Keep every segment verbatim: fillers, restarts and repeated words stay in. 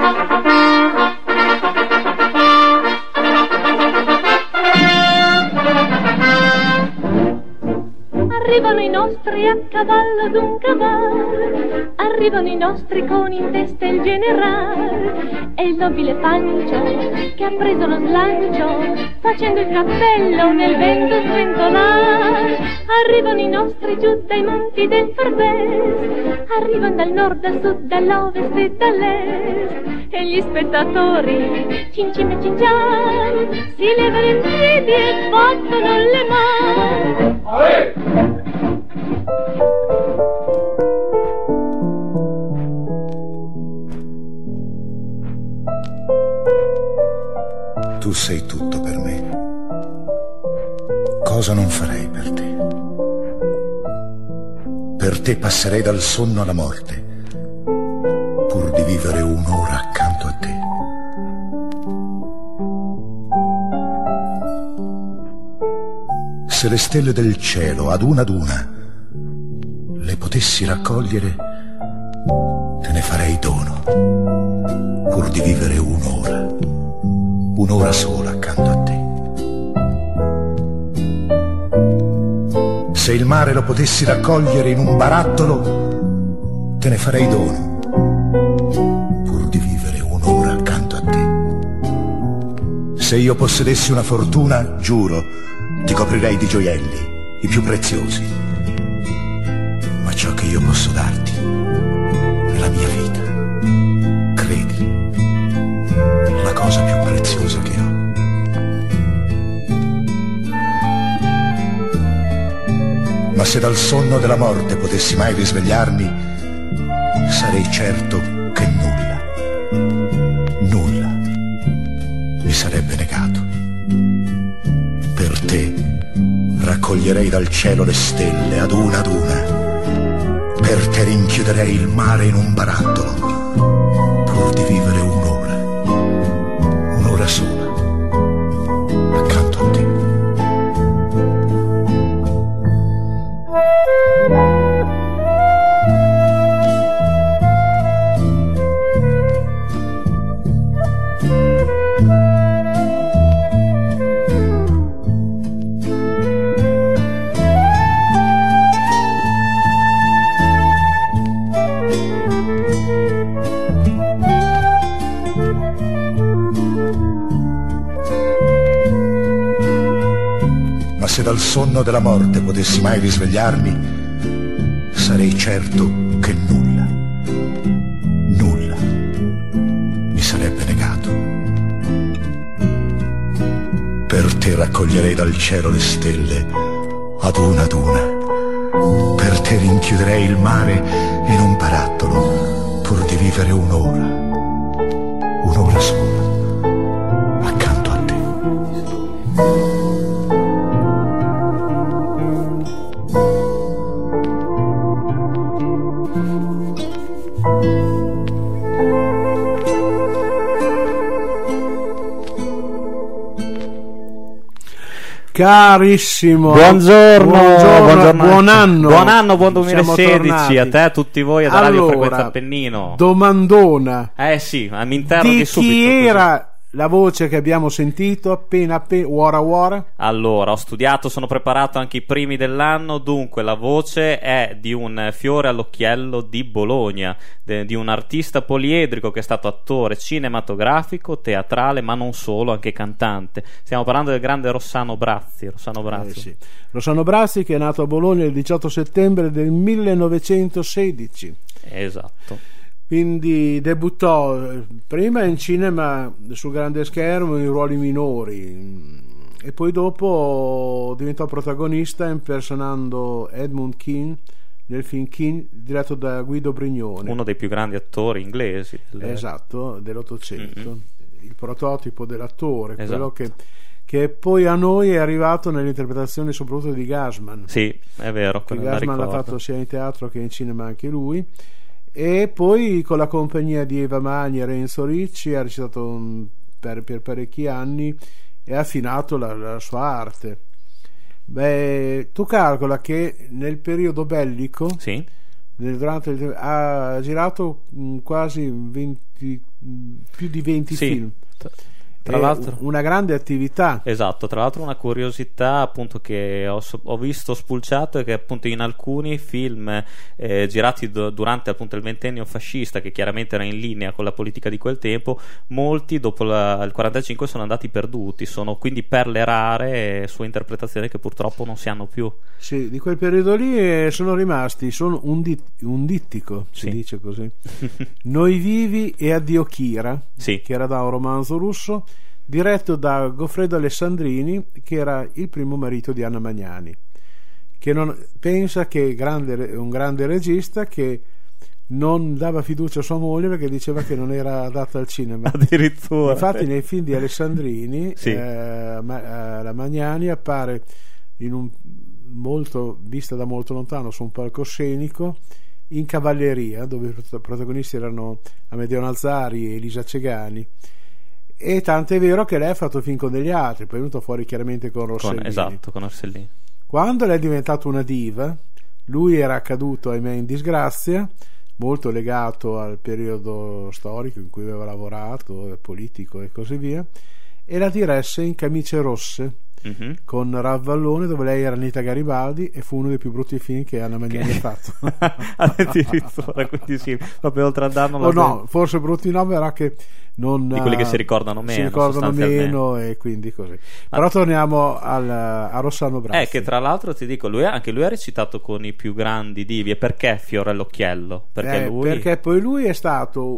Arrivano i nostri a cavallo d'un cavallo, arrivano i nostri con in testa il generale e il nobile Pancio che ha preso lo slancio facendo il cappello nel vento sventolare. Arrivano i nostri giù dai monti del Fardese, arrivano dal nord, dal sud, dall'ovest e dall'est e gli spettatori cincin e cincian si levano in piedi e battono le mani. Tu sei tutto per me. Cosa non farei per te? Per te passerei dal sonno alla morte, pur di vivere un'ora accanto a te. Se le stelle del cielo ad una ad una le potessi raccogliere, te ne farei dono, pur di vivere un'ora, un'ora sola accanto a te. Se il mare lo potessi raccogliere in un barattolo, te ne farei dono, pur di vivere un'ora accanto a te. Se io possedessi una fortuna, giuro, ti coprirei di gioielli, i più preziosi. Ma ciò che io posso darti è la mia vita. Credi, la cosa più preziosa che ho. Ma se dal sonno della morte potessi mai risvegliarmi, sarei certo che nulla, nulla mi sarebbe negato. Per te raccoglierei dal cielo le stelle ad una ad una, per te rinchiuderei il mare in un barattolo, pur di vivere un'ora, un'ora sola accanto a te. Ma se dal sonno della morte potessi mai risvegliarmi, sarei certo che nulla, nulla mi sarebbe negato. Per te raccoglierei dal cielo le stelle ad una ad una, per te rinchiuderei il mare in un barattolo, pur di vivere un'ora, un'ora sola accanto a te. Carissimo, buongiorno, buongiorno, buongiorno, buon anno, buon anno, buon duemilasedici a te, a tutti voi, ad allora, Radio Frequenza Appennino. Domandona, eh sì, mi interroghi di subito. Chi così. era la voce che abbiamo sentito appena appena, Wara Wara? Allora, ho studiato, sono preparato anche i primi dell'anno. Dunque, la voce è di un fiore all'occhiello di Bologna, de, di un artista poliedrico che è stato attore cinematografico, teatrale, ma non solo, anche cantante. Stiamo parlando del grande Rossano Brazzi. Rossano Brazzi, Eh sì. Rossano Brazzi, che è nato a Bologna il diciotto settembre del millenovecentosedici. Esatto. Quindi debuttò prima in cinema sul grande schermo in ruoli minori e poi dopo diventò protagonista impersonando Edmund Kean nel film Kean diretto da Guido Brignone, uno dei più grandi attori inglesi del... esatto, dell'Ottocento, mm-hmm. il prototipo dell'attore, esatto. quello che, che poi a noi è arrivato nell'interpretazione soprattutto di Gassman. Sì, è vero, che Gassman l'ha fatto sia in teatro che in cinema anche lui. E poi con la compagnia di Eva Magni e Renzo Ricci ha recitato per, per parecchi anni e ha affinato la, la sua arte. Beh, tu calcola che nel periodo bellico sì. durante il, ha girato mh, quasi venti, mh, più di venti sì. film. Tra l'altro, una grande attività. Esatto, tra l'altro una curiosità appunto che ho, ho visto spulciato è che appunto in alcuni film eh, girati do, durante appunto il ventennio fascista, che chiaramente era in linea con la politica di quel tempo, molti dopo la, il quarantacinque sono andati perduti, sono quindi perle rare sue interpretazioni che purtroppo non si hanno più. Sì, di quel periodo lì eh, sono rimasti, sono un, dit, un dittico, si sì. dice così. Noi vivi e Addio Kira, sì. che era da un romanzo russo, diretto da Goffredo Alessandrini, che era il primo marito di Anna Magnani, che non, pensa che è grande, un grande regista che non dava fiducia a sua moglie perché diceva che non era adatta al cinema. Addirittura. Infatti nei film di Alessandrini sì. eh, ma, eh, la Magnani appare in un molto vista da molto lontano su un palcoscenico in cavalleria, dove i protagonisti erano Amedeo Nazzari e Elisa Cegani. E tanto è vero che lei ha fatto film con degli altri, poi è venuto fuori chiaramente con Rossellini. Con, esatto, con Rossellini. Quando lei è diventata una diva, lui era caduto, ahimè, in disgrazia, molto legato al periodo storico in cui aveva lavorato, politico e così via, e la diresse in Camicie Rosse, mm-hmm. con Ravallone, dove lei era Anita Garibaldi, e fu uno dei più brutti film che Anna Magnani ha fatto. Addirittura, quindi sì, proprio oltre a darlo o no, forse brutti no, però che non, di quelli che si ricordano meno, si ricordano meno, e quindi così. Ma però torniamo al, a Rossano Brazzi. Eh, che tra l'altro ti dico, lui anche lui ha recitato con i più grandi divi. E perché Fiore all'occhiello? Perché eh, lui perché poi lui è stato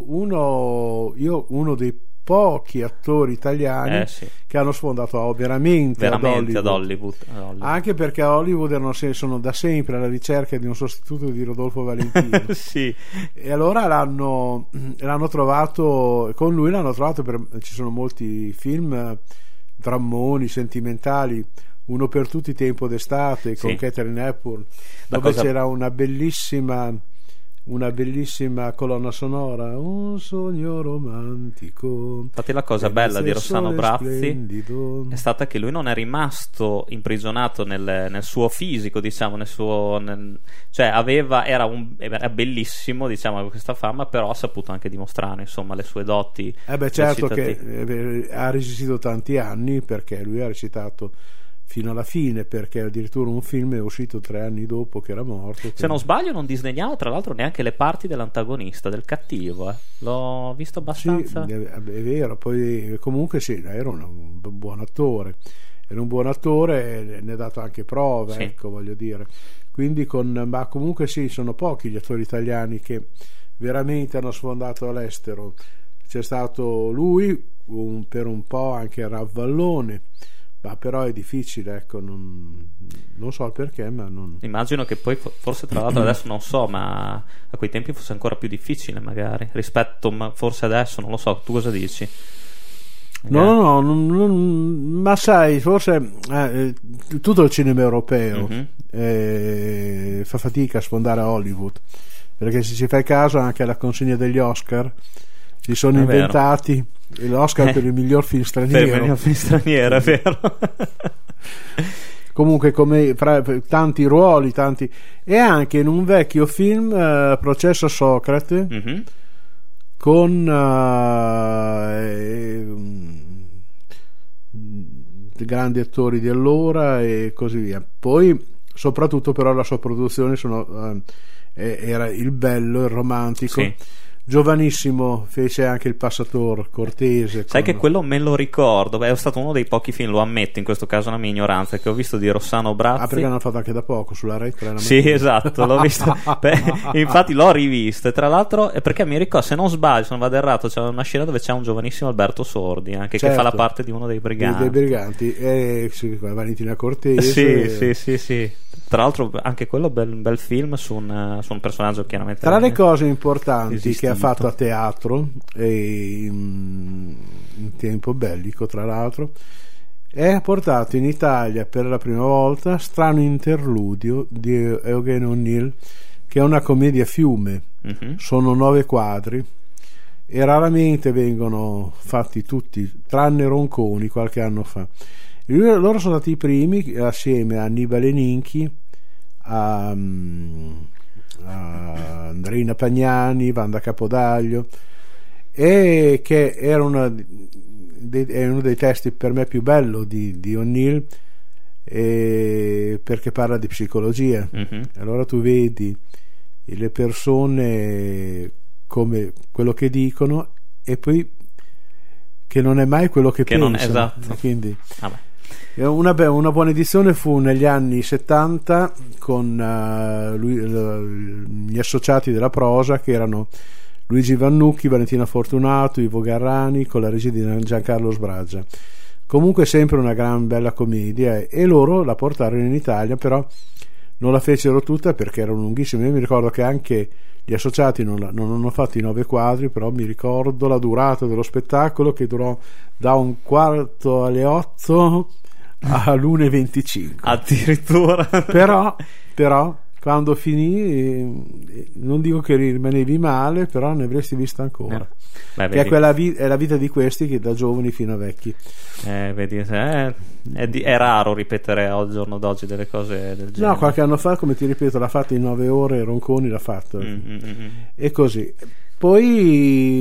uno io uno dei pochi attori italiani eh, sì. che hanno sfondato veramente, veramente ad, Hollywood. Ad, Hollywood, ad Hollywood Anche perché a Hollywood erano, sono da sempre alla ricerca di un sostituto di Rodolfo Valentino. Sì. E allora l'hanno, l'hanno trovato con lui, l'hanno trovato per, ci sono molti film drammoni, sentimentali, uno per tutti, Tempo d'estate, con sì. Catherine Hepburn, dove cosa... c'era una bellissima una bellissima colonna sonora, un sogno romantico. Infatti la cosa bella di Rossano Brazzi splendido. È stata che lui non è rimasto imprigionato nel, nel suo fisico, diciamo, nel suo nel, cioè aveva era, un, era bellissimo, diciamo, aveva questa fama, però ha saputo anche dimostrare, insomma, le sue doti. Eh beh, certo che eh, ha resistito tanti anni, perché lui ha recitato fino alla fine, perché addirittura un film è uscito tre anni dopo che era morto. Quindi... Se non sbaglio non disdegnava tra l'altro neanche le parti dell'antagonista, del cattivo, eh. L'ho visto abbastanza. Sì, è, è vero, poi comunque sì, era un, un buon attore, era un buon attore e ne ha dato anche prove, sì. Ecco, voglio dire. Quindi con, ma comunque sì, sono pochi gli attori italiani che veramente hanno sfondato all'estero. C'è stato lui, un, per un po' anche Ravallone, ma però è difficile, ecco, non, non so il perché, ma non... Immagino che poi forse tra l'altro adesso non so, ma a quei tempi fosse ancora più difficile magari rispetto, ma forse adesso non lo so, tu cosa dici? No, no, no, non, non, ma sai, forse eh, tutto il cinema europeo mm-hmm. eh, fa fatica a sfondare a Hollywood, perché se ci fai caso anche alla consegna degli Oscar si sono è inventati vero. L'Oscar per il miglior film straniero. Per il miglior film straniero, è vero. Comunque, come fra tanti ruoli, tanti, e anche in un vecchio film, uh, Processo a Socrate, mm-hmm. con uh, eh, grandi attori di allora e così via. Poi, soprattutto, però, la sua produzione sono, uh, era il bello, il romantico. Sì. Giovanissimo fece anche Il Passator Cortese. Sai con... che quello me lo ricordo. Beh, è stato uno dei pochi film, lo ammetto in questo caso una mia ignoranza, che ho visto di Rossano Brazzi. Ah, perché l'hanno fatto anche da poco sulla Rai tre. Sì, esatto, l'ho visto. Beh, infatti l'ho rivisto, e tra l'altro è perché mi ricordo, se non sbaglio, se non vado errato, c'è una scena dove c'è un giovanissimo Alberto Sordi anche, certo, che fa la parte di uno dei briganti. Dei, dei briganti e sì, Valentina Cortese. Sì, e... sì, sì, sì. Tra l'altro anche quello bel, bel film su un, su un personaggio chiaramente tra le cose importanti esistito. Che ha fatto a teatro e in, in tempo bellico, tra l'altro, è portato in Italia per la prima volta Strano interludio di Eugene O'Neill, che è una commedia a fiume. Mm-hmm. Sono nove quadri e raramente vengono fatti tutti, tranne Ronconi qualche anno fa. Loro sono stati i primi, assieme a Annibale Ninchi, a, Andreina Pagnani, Wanda Capodaglio, e che era una, è uno dei testi per me più bello di, di O'Neill, eh, perché parla di psicologia. Mm-hmm. Allora tu vedi le persone come quello che dicono e poi che non è mai quello che, che pensano. Non, esatto. Quindi una, una buona edizione fu negli anni settanta con uh, lui, uh, gli associati della prosa, che erano Luigi Vannucchi, Valentina Fortunato, Ivo Garrani, con la regia di Giancarlo Sbraggia. Comunque sempre una gran bella commedia, e loro la portarono in Italia, però non la fecero tutta perché erano lunghissime. Io mi ricordo che anche gli associati non, la, non hanno fatto i nove quadri, però mi ricordo la durata dello spettacolo, che durò da un quarto alle otto all'una e venticinque addirittura. però, però quando finì, non dico che rimanevi male, però ne avresti vista ancora. Eh. Beh, che è, quella vi- è la vita di questi, che da giovani fino a vecchi. Eh, vedi, eh, è, di- è raro ripetere al giorno d'oggi delle cose del genere. No, qualche anno fa, come ti ripeto, l'ha fatto in nove ore, Ronconi l'ha fatto. Mm-hmm. E così. Poi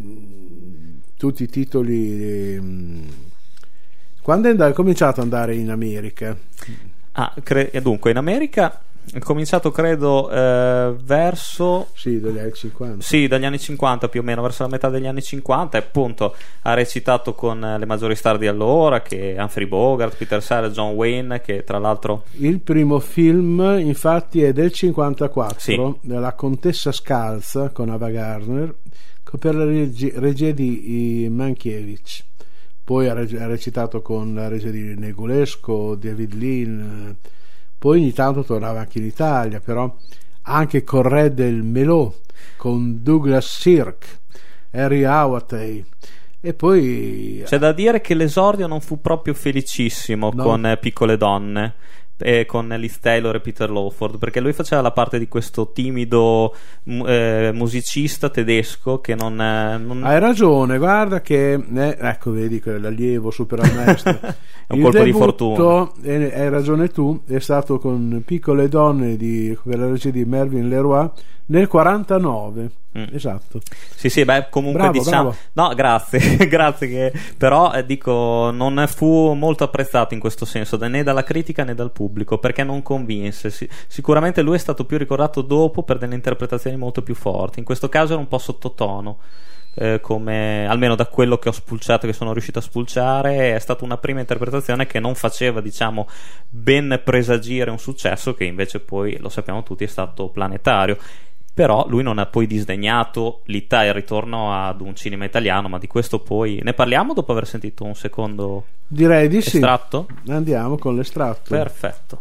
tutti i titoli. Eh, quando è, and- è cominciato ad andare in America? Ah, cre- dunque in America è cominciato credo eh, verso sì dagli anni cinquanta sì dagli anni cinquanta più o meno, verso la metà degli anni cinquanta, e appunto ha recitato con le maggiori star di allora, che Humphrey Bogart, Peter Sellers, John Wayne, che tra l'altro il primo film infatti è del cinquantaquattro, sì. La Contessa Scalza con Ava Gardner, per la regi- regia di Mankiewicz. Poi ha, reg- ha recitato con la regia di Negulesco, David Lean. Poi ogni tanto tornava anche in Italia, però anche con Re del Melò, con Douglas Sirk, Harry Hawatey. E poi c'è da dire che l'esordio non fu proprio felicissimo, no, con eh, Piccole donne, e con Liz Taylor e Peter Lawford, perché lui faceva la parte di questo timido eh, musicista tedesco che non, eh, non... Hai ragione, guarda che eh, ecco, vedi l'allievo supera il maestro. È un il colpo di fortuna. Eh, hai ragione tu, è stato con Piccole donne di, per la regia di Mervyn Leroy nel quarantanove. Mm. Esatto. Sì, sì, beh, comunque bravo, diciamo bravo. No, grazie, grazie che... però eh, dico, non fu molto apprezzato in questo senso né dalla critica né dal pubblico, perché non convinse. Si- sicuramente lui è stato più ricordato dopo per delle interpretazioni molto più forti. In questo caso era un po' sottotono. Eh, come almeno da quello che ho spulciato, che sono riuscito a spulciare, è stata una prima interpretazione che non faceva, diciamo, ben presagire un successo che invece poi, lo sappiamo tutti, è stato planetario. Però lui non ha poi disdegnato l'Italia, il ritorno ad un cinema italiano, ma di questo poi ne parliamo dopo aver sentito un secondo direi di estratto? Sì. Andiamo con l'estratto. Perfetto.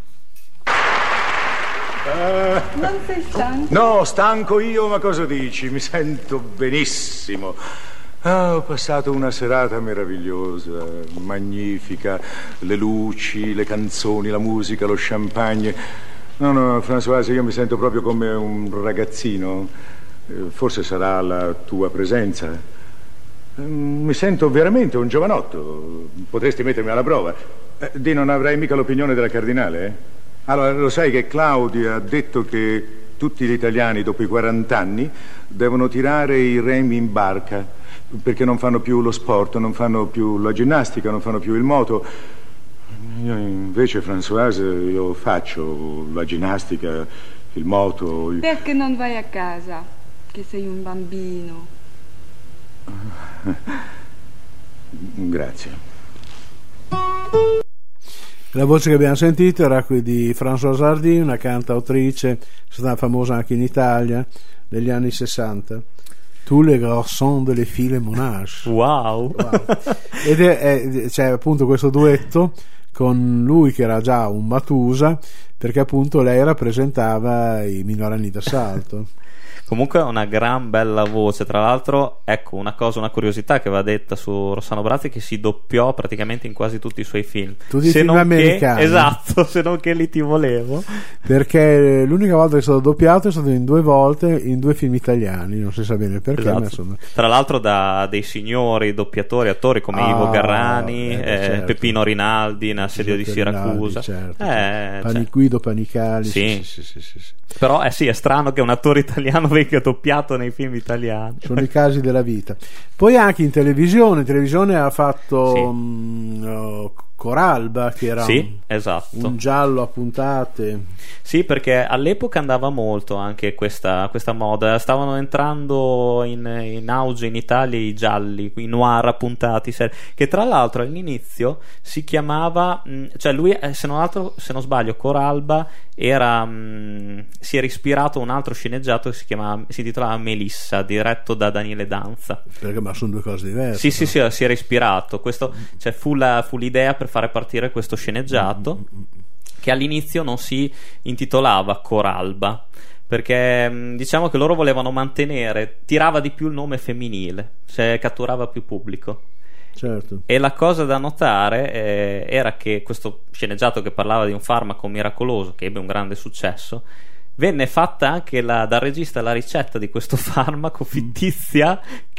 Uh, non sei stanco? No, stanco io, ma cosa dici? Mi sento benissimo. Ah, ho passato una serata meravigliosa, magnifica. Le luci, le canzoni, la musica, lo champagne. No, no, Françoise, io mi sento proprio come un ragazzino. Forse sarà la tua presenza. Mi sento veramente un giovanotto. Potresti mettermi alla prova. Di non avrai mica l'opinione della cardinale, eh? Allora, lo sai che Claudia ha detto che tutti gli italiani dopo i quaranta anni devono tirare i remi in barca, perché non fanno più lo sport, non fanno più la ginnastica, non fanno più il moto. Io invece, Françoise, io faccio la ginnastica, il moto. Il... Perché non vai a casa, che sei un bambino? Grazie. La voce che abbiamo sentito era quella di Françoise Hardy, una cantautrice che è stata famosa anche in Italia negli anni sessanta. Tous les garçons de les filles Monage. Wow, wow. Ed è, è, c'è appunto questo duetto con lui che era già un Matusa, perché appunto lei rappresentava i minorenni d'assalto. Comunque è una gran bella voce. Tra l'altro, ecco, una cosa, una curiosità che va detta su Rossano Brazzi, che si doppiò praticamente in quasi tutti i suoi film. Tutti i film americani. Che, esatto, se non che Lì ti volevo. Perché l'unica volta che è stato doppiato è stato in due volte in due film italiani, non si sa bene perché, esatto. Ma insomma. Tra l'altro da dei signori doppiatori, attori come ah, Ivo Garrani, eh, eh, certo. Peppino Rinaldi in Assedio di Siracusa, Rinaldi, certo. eh, Paniquino Guido Panicali. Sì. Sì, sì, sì, sì, sì. Però eh sì, è strano che un attore italiano venga doppiato nei film italiani. Sono i casi della vita. Poi anche in televisione, in televisione ha fatto Sì. um, uh, Coralba, che era Sì, un, esatto. un giallo a puntate. Sì, perché all'epoca andava molto anche questa, questa moda. Stavano entrando in, in auge in Italia i gialli, i noir a puntati, ser- che tra l'altro all'inizio si chiamava, mh, cioè lui, eh, se non altro, se non sbaglio, Coralba era, mh, si era ispirato a un altro sceneggiato che si chiamava, si intitolava Melissa, diretto da Daniele Danza. Perché ma sono due cose diverse. Sì, sì, sì, si era ispirato. Questo, cioè, fu, la, fu l'idea per fare partire questo sceneggiato, che all'inizio non si intitolava Coralba, perché mh, diciamo che loro volevano mantenere, tirava di più il nome femminile, cioè catturava più pubblico. Certo. E la cosa da notare eh, era che questo sceneggiato, che parlava di un farmaco miracoloso che ebbe un grande successo, venne fatta anche la, dal regista la ricetta di questo farmaco fittizia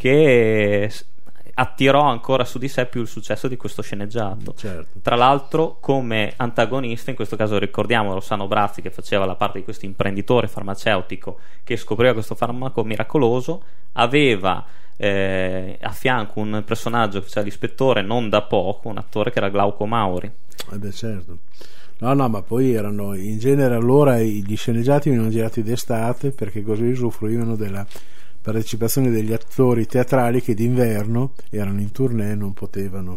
che attirò ancora su di sé più il successo di questo sceneggiato. Certo. Tra l'altro, come antagonista, in questo caso ricordiamo Rossano Brazzi, che faceva la parte di questo imprenditore farmaceutico che scopriva questo farmaco miracoloso, aveva eh, a fianco un personaggio che faceva l'ispettore non da poco, un attore che era Glauco Mauri. Eh beh, certo. No, no, ma poi erano in genere allora gli sceneggiati venivano girati d'estate, perché così usufruivano della partecipazione degli attori teatrali che d'inverno erano in tournée e non potevano.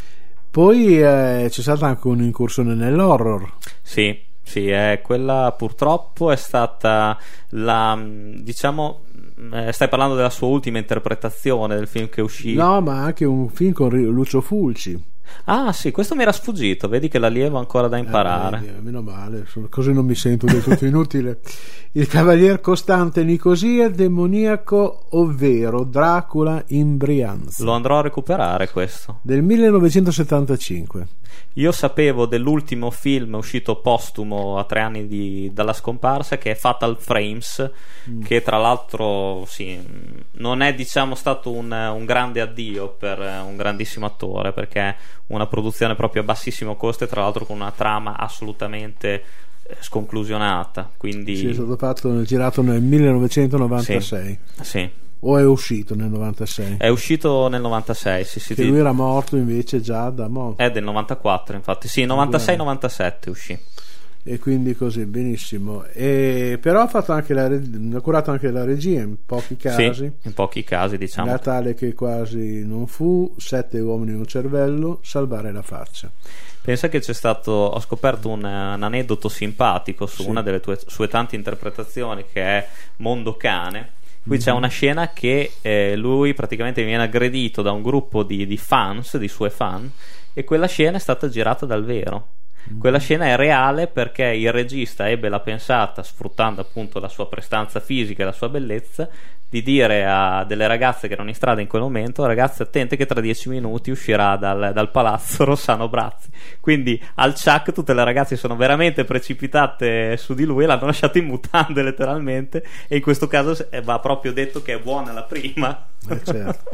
Poi eh, c'è stata anche un'incursione nell'horror. Sì, sì, è quella purtroppo è stata la, diciamo, eh, stai parlando della sua ultima interpretazione del film che uscì. No, ma anche un film con Lucio Fulci. Ah sì, questo mi era sfuggito, vedi che l'allievo ancora da imparare. Eh, vedi, meno male, così non mi sento del tutto inutile. Il Cavalier Costante Nicosia, demoniaco, ovvero Dracula in Brianza. Lo andrò a recuperare questo. Del millenovecentosettantacinque. Io sapevo dell'ultimo film uscito postumo a tre anni di, dalla scomparsa, che è Fatal Frames, mm. che tra l'altro sì, non è diciamo stato un, un grande addio per un grandissimo attore, perché è una produzione proprio a bassissimo costo e tra l'altro con una trama assolutamente sconclusionata. Quindi sì, è stato fatto, girato nel millenovecentonovantasei. Sì, sì. O è uscito nel novantasei? È uscito nel novantasei, sì, sì. Che lui era morto invece già da morto. È del novantaquattro, infatti. Sì, novantasei novantasette uscì. E quindi così, benissimo. E però ha fatto anche la, ha curato anche la regia in pochi casi. Sì, in pochi casi, diciamo. La tale che quasi non fu, Sette uomini e un cervello, Salvare la faccia. Pensa che c'è stato, ho scoperto un, un aneddoto simpatico su sì. una delle tue, sue tante interpretazioni, che è Mondo Cane. Qui mm-hmm. c'è una scena che eh, lui praticamente viene aggredito da un gruppo di, di fans, di suoi fan, e quella scena è stata girata dal vero. Mm-hmm. Quella scena è reale perché il regista ebbe la pensata, sfruttando appunto la sua prestanza fisica e la sua bellezza, di dire a delle ragazze che erano in strada in quel momento: ragazze, attente che tra dieci minuti uscirà dal, dal palazzo Rossano Brazzi. Quindi al ciak tutte le ragazze sono veramente precipitate su di lui e l'hanno lasciato in mutande letteralmente, e in questo caso va proprio detto che è buona la prima. Eh, certo.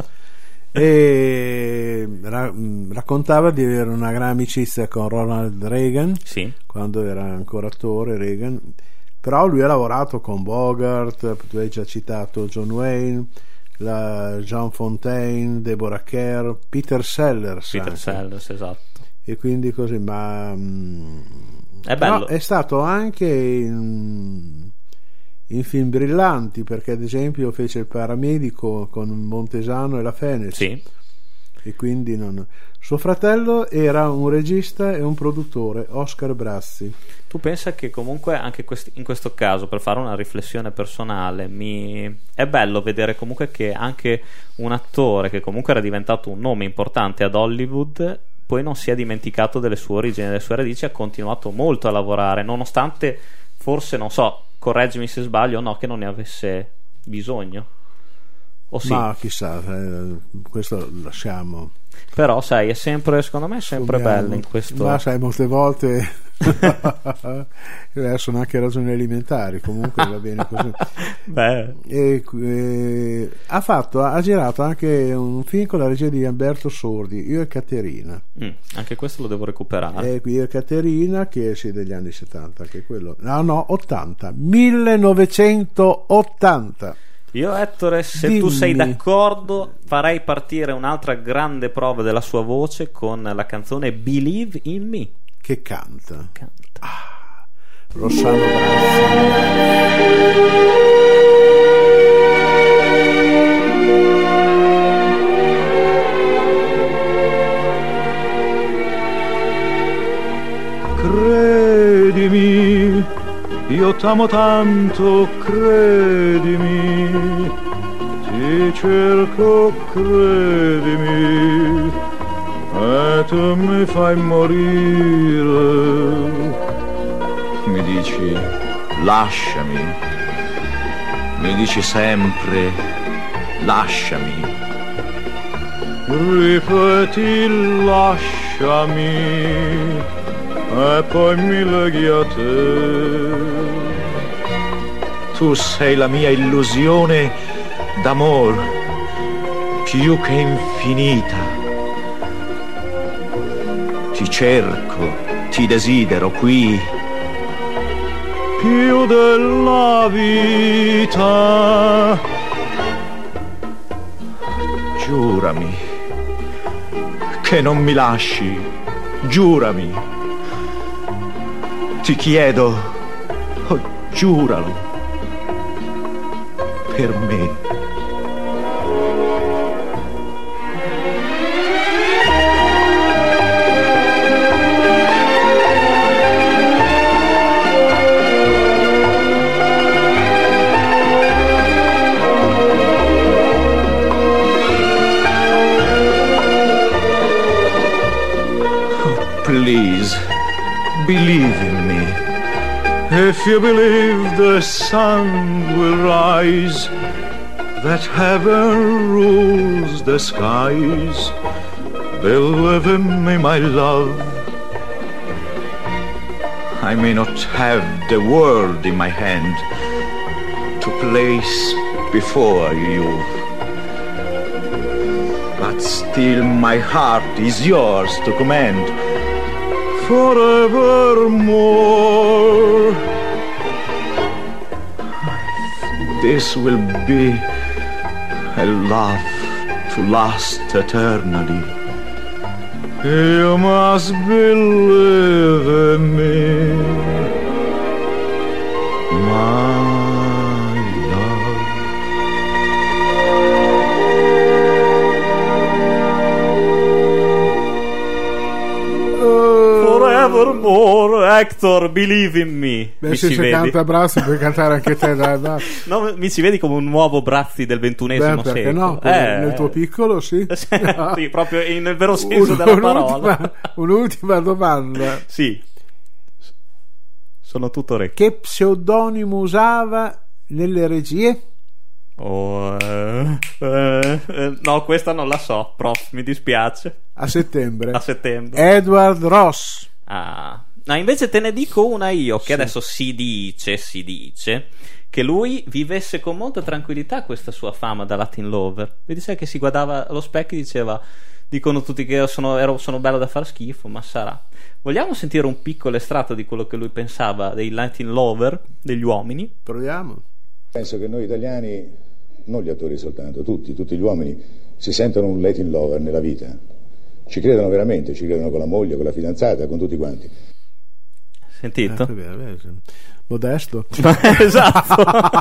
E ra- raccontava di avere una gran amicizia con Ronald Reagan, sì. quando era ancora attore Reagan. Però lui ha lavorato con Bogart, tu hai già citato John Wayne, la Jean Fontaine, Deborah Kerr, Peter Sellers. Peter anche. Sellers, esatto. E quindi così, ma è bello. No, è stato anche in, in film brillanti, perché ad esempio fece il paramedico con Montesano e la Fenech. Sì. E quindi non... Suo fratello era un regista e un produttore, Oscar Brazzi. Tu pensa che comunque anche questi, in questo caso, per fare una riflessione personale, mi è bello vedere comunque che anche un attore che comunque era diventato un nome importante ad Hollywood poi non si è dimenticato delle sue origini, delle sue radici, ha continuato molto a lavorare, nonostante forse, non so, correggimi se sbaglio, no, che non ne avesse bisogno. O sì? Ma chissà, eh, questo lo lasciamo. Però sai, è sempre, secondo me è sempre Subiamo. bello in questo. Ma sai, molte volte Sono anche ragioni alimentari, comunque va bene così. Beh. E, e, ha fatto ha girato anche un film con la regia di Umberto Sordi, Io e Caterina. Mm, anche questo lo devo recuperare. E Io e Caterina, che è sì, degli anni settanta, anche quello. No, no, ottanta, millenovecentottanta. Io, Ettore, se Dimmi. tu sei d'accordo, farei partire un'altra grande prova della sua voce con la canzone Believe in Me. Che canta, Canta. ah, Rossano Brazzi. Credimi, io t'amo tanto, credimi, ti cerco, credimi, e tu mi fai morire. Mi dici, lasciami, mi dici sempre, lasciami. Ripeti, lasciami, e poi mi leghi a te. Tu sei la mia illusione d'amor, più che infinita. Ti cerco, ti desidero qui, più della vita. Giurami che non mi lasci, giurami. Ti chiedo, oh, giuralo, per me. Please, believe in me. If you believe the sun will rise, that heaven rules the skies, believe in me, my love. I may not have the world in my hand to place before you, but still my heart is yours to command forevermore. This will be a love to last eternally. You must believe in me, my love. Forevermore, Hector, believe in me. Beh, mi se ci si vedi? canta Brazzi puoi cantare anche te, dai, dai. No, mi ci vedi come un nuovo Brazzi del ventunesimo Beh, perché secolo. no? Eh. Nel tuo piccolo sì. Sì, proprio nel vero senso Un- della un'ultima, parola. un'ultima domanda. Sì, sono tutto orecchio. Che pseudonimo usava nelle regie? Oh, eh, eh, eh, no, questa non la so, prof, mi dispiace. A settembre. A settembre. Edward Ross. Ah. No, invece te ne dico una io, che Sì. adesso si dice, si dice che lui vivesse con molta tranquillità questa sua fama da Latin lover. Vedi, sai che si guardava allo specchio e diceva: dicono tutti che io sono, ero, sono bello da far schifo, ma sarà. Vogliamo sentire un piccolo estratto di quello che lui pensava dei Latin lover, degli uomini? Proviamo. Penso che noi italiani, non gli attori soltanto, tutti, tutti gli uomini si sentono un Latin lover nella vita. Ci credono veramente, ci credono con la moglie, con la fidanzata, con tutti quanti. Sentito? Eh, bene, bene, sì. Modesto. Esatto.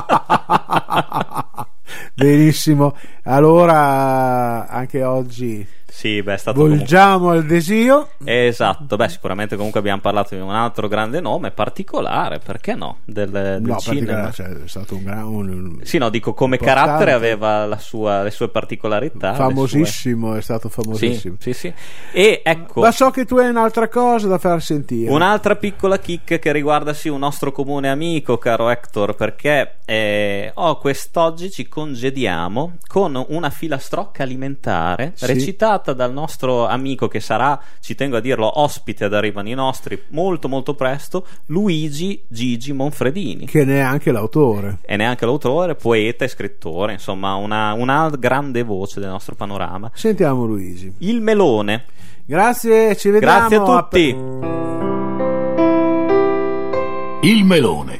Benissimo. Allora anche oggi Sì, beh, è stato comunque... volgiamo al desio. Esatto, beh, sicuramente comunque abbiamo parlato di un altro grande nome particolare, perché no? Del, del No, cinema. cioè, è stato un gran un, Sì, no, dico come importante. carattere aveva la sua, le sue particolarità. famosissimo, è stato Le sue... famosissimo. Sì, sì, sì. E ecco, Ma so che tu hai un'altra cosa da far sentire. un'altra piccola chicca che riguarda sì un nostro comune amico, caro Hector, perché eh, oh, quest'oggi ci congediamo con una filastrocca alimentare Sì. recitata fatta dal nostro amico che sarà, ci tengo a dirlo, ospite ad Arrivano i Nostri molto molto presto, Luigi Gigi Monfredini, che ne è anche l'autore. E neanche l'autore, poeta e scrittore, insomma una, una grande voce del nostro panorama. Sentiamo Luigi. Il melone. Grazie, ci vediamo. Grazie a tutti. Il melone.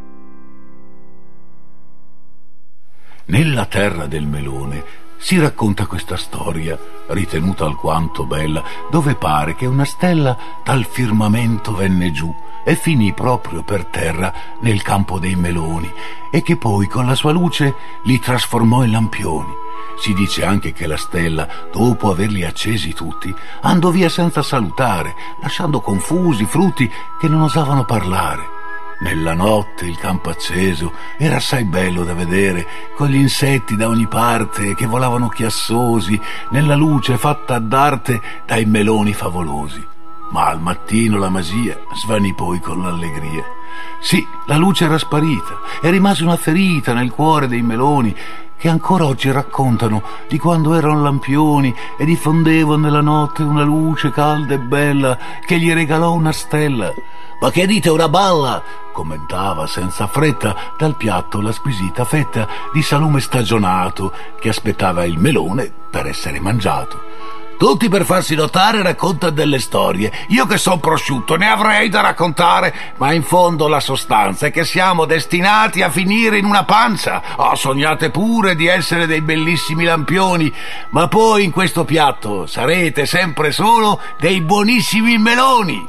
Nella terra del melone si racconta questa storia, ritenuta alquanto bella, dove pare che una stella dal firmamento venne giù e finì proprio per terra nel campo dei meloni, e che poi con la sua luce li trasformò in lampioni. Si dice anche che la stella, dopo averli accesi tutti, andò via senza salutare, lasciando confusi i frutti che non osavano parlare. Nella notte il campo acceso era assai bello da vedere, con gli insetti da ogni parte che volavano chiassosi, nella luce fatta d'arte dai meloni favolosi. Ma al mattino la magia svanì poi con l'allegria. Sì, la luce era sparita e rimase una ferita nel cuore dei meloni, che ancora oggi raccontano di quando erano lampioni e diffondevano nella notte una luce calda e bella che gli regalò una stella. «Ma che dite, una balla?» commentava senza fretta dal piatto la squisita fetta di salume stagionato che aspettava il melone per essere mangiato. «Tutti per farsi notare raccontano delle storie. Io che son prosciutto ne avrei da raccontare, ma in fondo la sostanza è che siamo destinati a finire in una pancia. Oh, sognate pure di essere dei bellissimi lampioni, ma poi in questo piatto sarete sempre solo dei buonissimi meloni».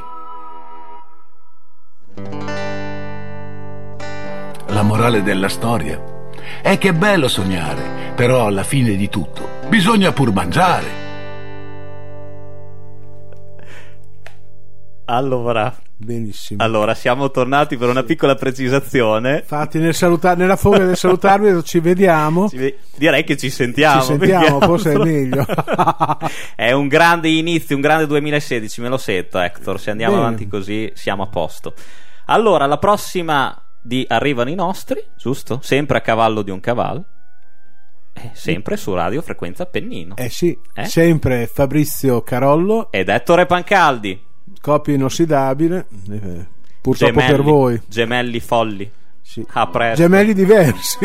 La morale della storia è che è bello sognare, però alla fine di tutto bisogna pur mangiare. Allora, benissimo. Allora, siamo tornati per una piccola precisazione. Infatti, nel saluta- nella foga del salutarvi ci vediamo. Ci ve- direi che ci sentiamo. Ci sentiamo, forse è meglio. È un grande inizio, un grande duemilasedici, me lo sento, Hector. Se andiamo Bene. avanti così siamo a posto. Allora, la prossima di Arrivano i Nostri, giusto? Sempre a cavallo di un cavallo. Eh, sempre su Radio Frequenza Appennino. Eh sì, Eh? sempre Fabrizio Carollo Ed Ettore Pancaldi. Copia inossidabile, eh, purtroppo Gemelli, per voi. Gemelli folli. Sì. A presto. Gemelli diversi.